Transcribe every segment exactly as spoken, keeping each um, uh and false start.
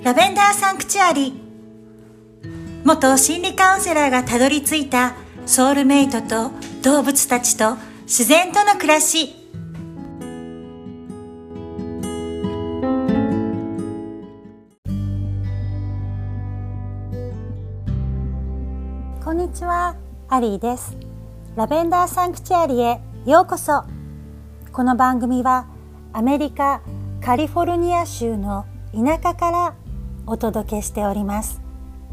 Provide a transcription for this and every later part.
ラベンダーサンクチュアリ。元心理カウンセラーがたどり着いたソウルメイトと動物たちと自然との暮らし。こんにちは、アリーです。ラベンダーサンクチュアリへようこそ。この番組はアメリカカリフォルニア州の田舎からお届けしております。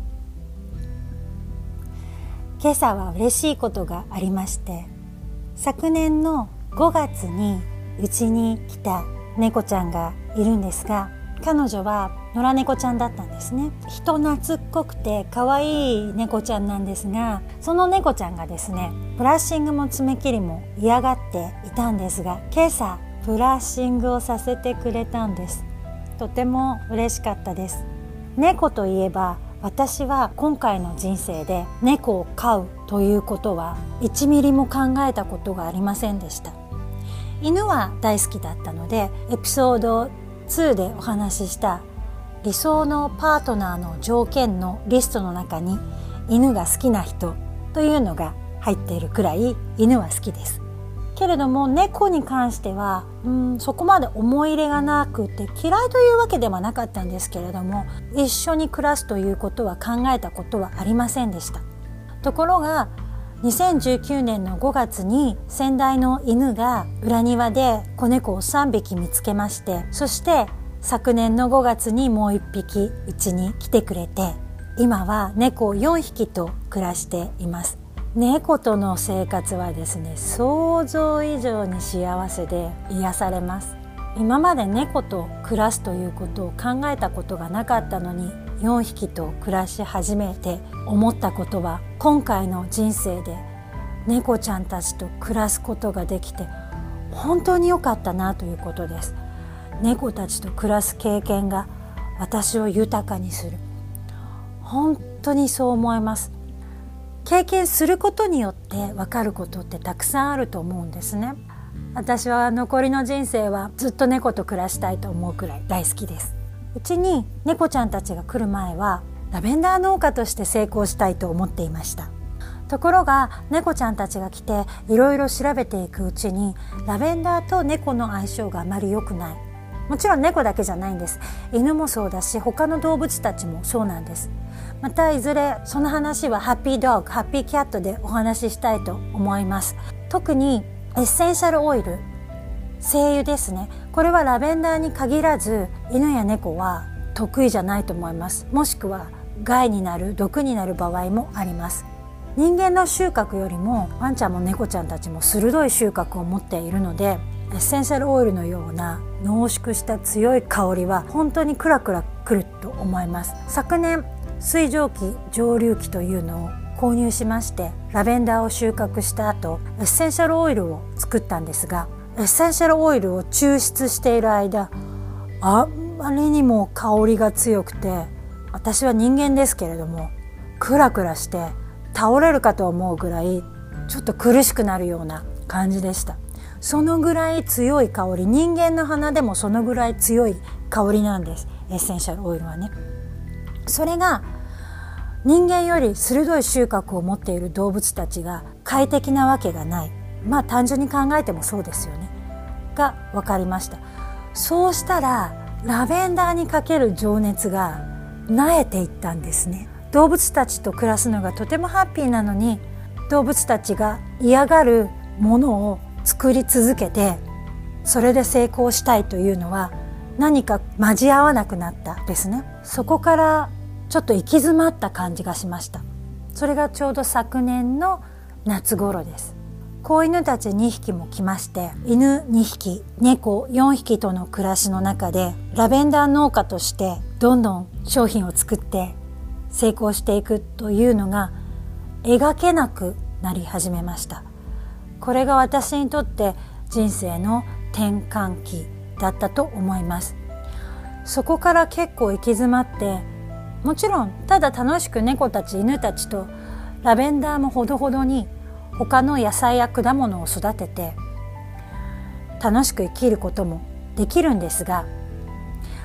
今朝は嬉しいことがありまして、昨年のごがつにうちに来た猫ちゃんがいるんですが、彼女は野良猫ちゃんだったんですね。人懐っこくて可愛い猫ちゃんなんですが、その猫ちゃんがですね、ブラッシングも爪切りも嫌がっていたんですが、今朝ブラッシングをさせてくれたんです。とても嬉しかったです。猫といえば、私は今回の人生で猫を飼うということはいちミリも考えたことがありませんでした。犬は大好きだったので、エピソードにでお話しした理想のパートナーの条件のリストの中に犬が好きな人というのが入っているくらい犬は好きです。けれども猫に関してはうんそこまで思い入れがなくて、嫌いというわけではなかったんですけれども、一緒に暮らすということは考えたことはありませんでした。ところがにせんじゅうきゅうねんのごがつに先代の犬が裏庭で子猫をさんびき見つけまして、そして昨年のごがつにもういっぴきうちに来てくれて、今は猫よんひきと暮らしています。猫との生活はですね、想像以上に幸せで癒されます。今まで猫と暮らすということを考えたことがなかったのに、よんひきと暮らし始めて思ったことは、今回の人生で猫ちゃんたちと暮らすことができて本当に良かったなということです。猫たちと暮らす経験が私を豊かにする。本当にそう思います。経験することによって分かることってたくさんあると思うんですね。私は残りの人生はずっと猫と暮らしたいと思うくらい大好きです。うちに猫ちゃんたちが来る前はラベンダー農家として成功したいと思っていました。ところが猫ちゃんたちが来ていろいろ調べていくうちに、ラベンダーと猫の相性があまり良くない。もちろん猫だけじゃないんです。犬もそうだし、他の動物たちもそうなんです。またいずれその話はハッピードッグ、ハッピーキャットでお話ししたいと思います。特にエッセンシャルオイル、精油ですね。これはラベンダーに限らず犬や猫は得意じゃないと思います。もしくは害になる、毒になる場合もあります。人間の嗅覚よりもワンちゃんも猫ちゃんたちも鋭い嗅覚を持っているので、エッセンシャルオイルのような濃縮した強い香りは本当にクラクラくると思います。昨年水蒸気蒸留機というのを購入しまして、ラベンダーを収穫した後エッセンシャルオイルを作ったんですが、エッセンシャルオイルを抽出している間、あまりにも香りが強くて、私は人間ですけれどもクラクラして倒れるかと思うぐらいちょっと苦しくなるような感じでした。そのぐらい強い香り、人間の鼻でもそのぐらい強い香りなんです、エッセンシャルオイルはね。それが人間より鋭い嗅覚を持っている動物たちが快適なわけがない。まあ単純に考えてもそうですよねが分かりました。そうしたらラベンダーにかける情熱が萎えていったんですね。動物たちと暮らすのがとてもハッピーなのに、動物たちが嫌がるものを作り続けて、それで成功したいというのは何か交わなくなったですね。そこからちょっと行き詰まった感じがしました。それがちょうど昨年の夏頃です。子犬たちにひきも来まして、犬にひき、猫よんひきとの暮らしの中でラベンダー農家としてどんどん商品を作って成功していくというのが描けなくなり始めました。これが私にとって人生の転換期だったと思います。そこから結構行き詰まって、もちろんただ楽しく猫たち犬たちとラベンダーもほどほどに他の野菜や果物を育てて楽しく生きることもできるんですが、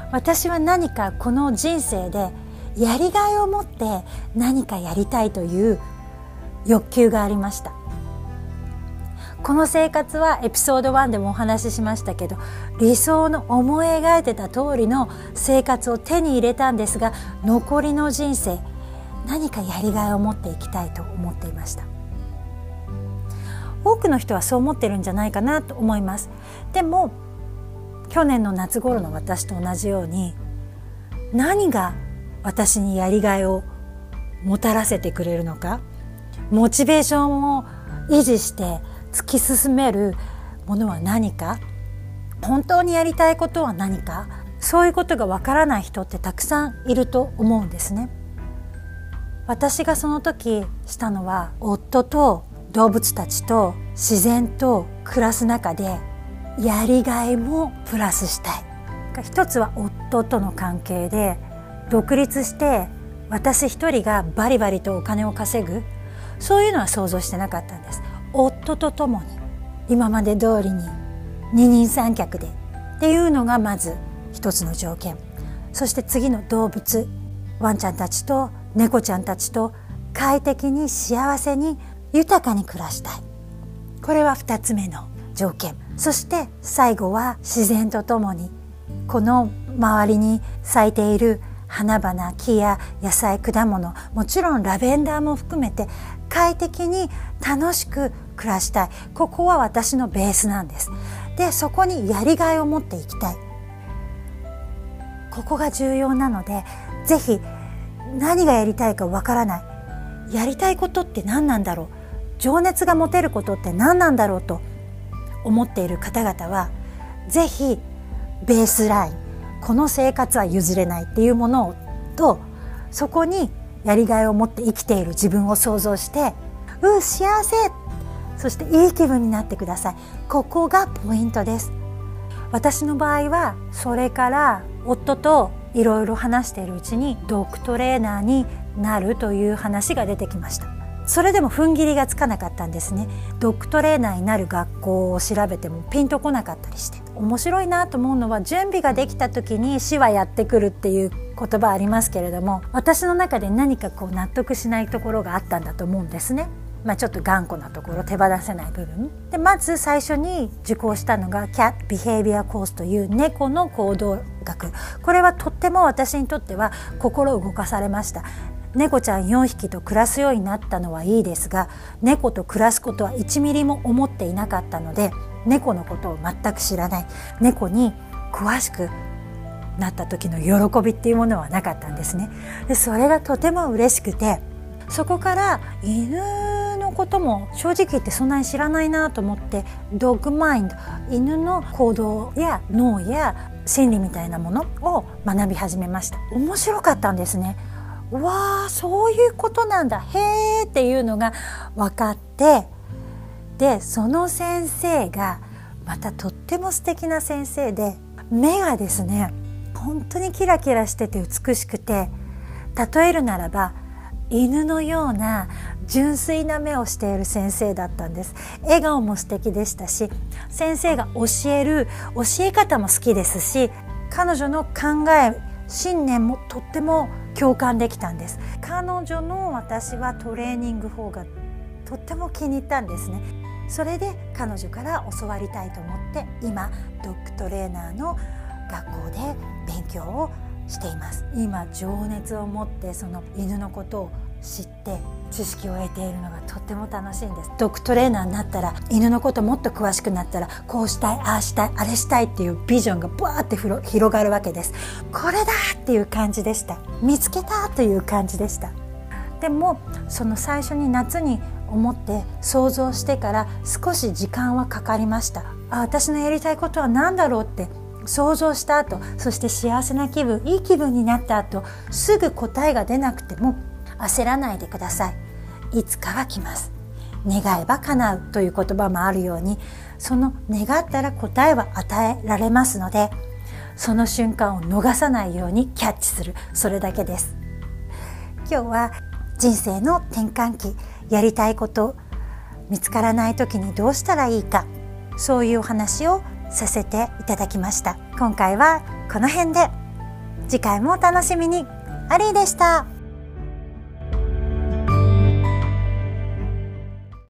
私は何かこの人生でやりがいを持って何かやりたいという欲求がありました。この生活はエピソードワンでもお話ししましたけど、理想の思い描いてた通りの生活を手に入れたんですが、残りの人生何かやりがいを持っていきたいと思っていました。多くの人はそう思ってるんじゃないかなと思います。でも去年の夏頃の私と同じように、何が私にやりがいをもたらせてくれるのか、モチベーションを維持して突き進めるものは何か、本当にやりたいことは何か、そういうことがわからない人ってたくさんいると思うんですね。私がその時したのは、夫と動物たちと自然と暮らす中でやりがいもプラスしたい。一つは夫との関係で、独立して私一人がバリバリとお金を稼ぐ、そういうのは想像してなかったんです。夫と共に今まで通りに二人三脚でっていうのがまず一つの条件。そして次の動物、ワンちゃんたちと猫ちゃんたちと快適に幸せに豊かに暮らしたい。これは二つ目の条件。そして最後は自然とともに、この周りに咲いている花々、木や野菜、果物、もちろんラベンダーも含めて快適に楽しく暮らしたい。ここは私のベースなんです。で、そこにやりがいを持っていきたい。ここが重要なので、ぜひ何がやりたいかわからない、やりたいことって何なんだろう、情熱が持てることって何なんだろうと思っている方々は、ぜひベースライン、この生活は譲れないっていうものをと、そこにやりがいを持って生きている自分を想像して、う幸せ、そしていい気分になってください。ここがポイントです。私の場合はそれから夫といろいろ話しているうちにドッグトレーナーになるという話が出てきました。それでも踏ん切りがつかなかったんですね。ドッグトレーナーになる学校を調べてもピンとこなかったりして、面白いなと思うのは、準備ができた時に死はやってくるっていう言葉ありますけれども、私の中で何かこう納得しないところがあったんだと思うんですね。まあ、ちょっと頑固なところ、手放せない部分で、まず最初に受講したのが Cat Behavior Course という猫の行動学。これはとっても私にとっては心を動かされました。猫ちゃんよんひきと暮らすようになったのはいいですが、猫と暮らすことはいちミリも思っていなかったので、猫のことを全く知らない、猫に詳しくなった時の喜びっていうものはなかったんですね。で、それがとても嬉しくて、そこから犬のことも正直言ってそんなに知らないなと思って、ドッグマインド、犬の行動や脳や心理みたいなものを学び始めました。面白かったんですね。わあ、そういうことなんだ、へーっていうのが分かって、でその先生がまたとっても素敵な先生で、目がですね本当にキラキラしてて美しくて、例えるならば犬のような純粋な目をしている先生だったんです。笑顔も素敵でしたし、先生が教える教え方も好きですし、彼女の考え信念もとっても共感できたんです。彼女の私はトレーニング法がとっても気に入ったんですね。それで彼女から教わりたいと思って、今ドッグトレーナーの学校で勉強をしています。今情熱を持ってその犬のことを知って知識を得ているのがとっても楽しいんです。ドッグトレーナーになったら、犬のこともっと詳しくなったら、こうしたい、ああしたい、あれしたいっていうビジョンがバーって広がるわけです。これだっていう感じでした。見つけたという感じでした。でもその最初に夏に思って想像してから少し時間はかかりました。あ、私のやりたいことは何だろうって想像した後、そして幸せな気分、いい気分になった後、すぐ答えが出なくても焦らないでください。いつかは来ます。願えば叶うという言葉もあるように、その願ったら答えは与えられますので、その瞬間を逃さないようにキャッチする、それだけです。今日は人生の転換期、やりたいこと見つからない時にどうしたらいいか、そういうお話をさせていただきました。今回はこの辺で。 次回もお楽しみに。アリーでした。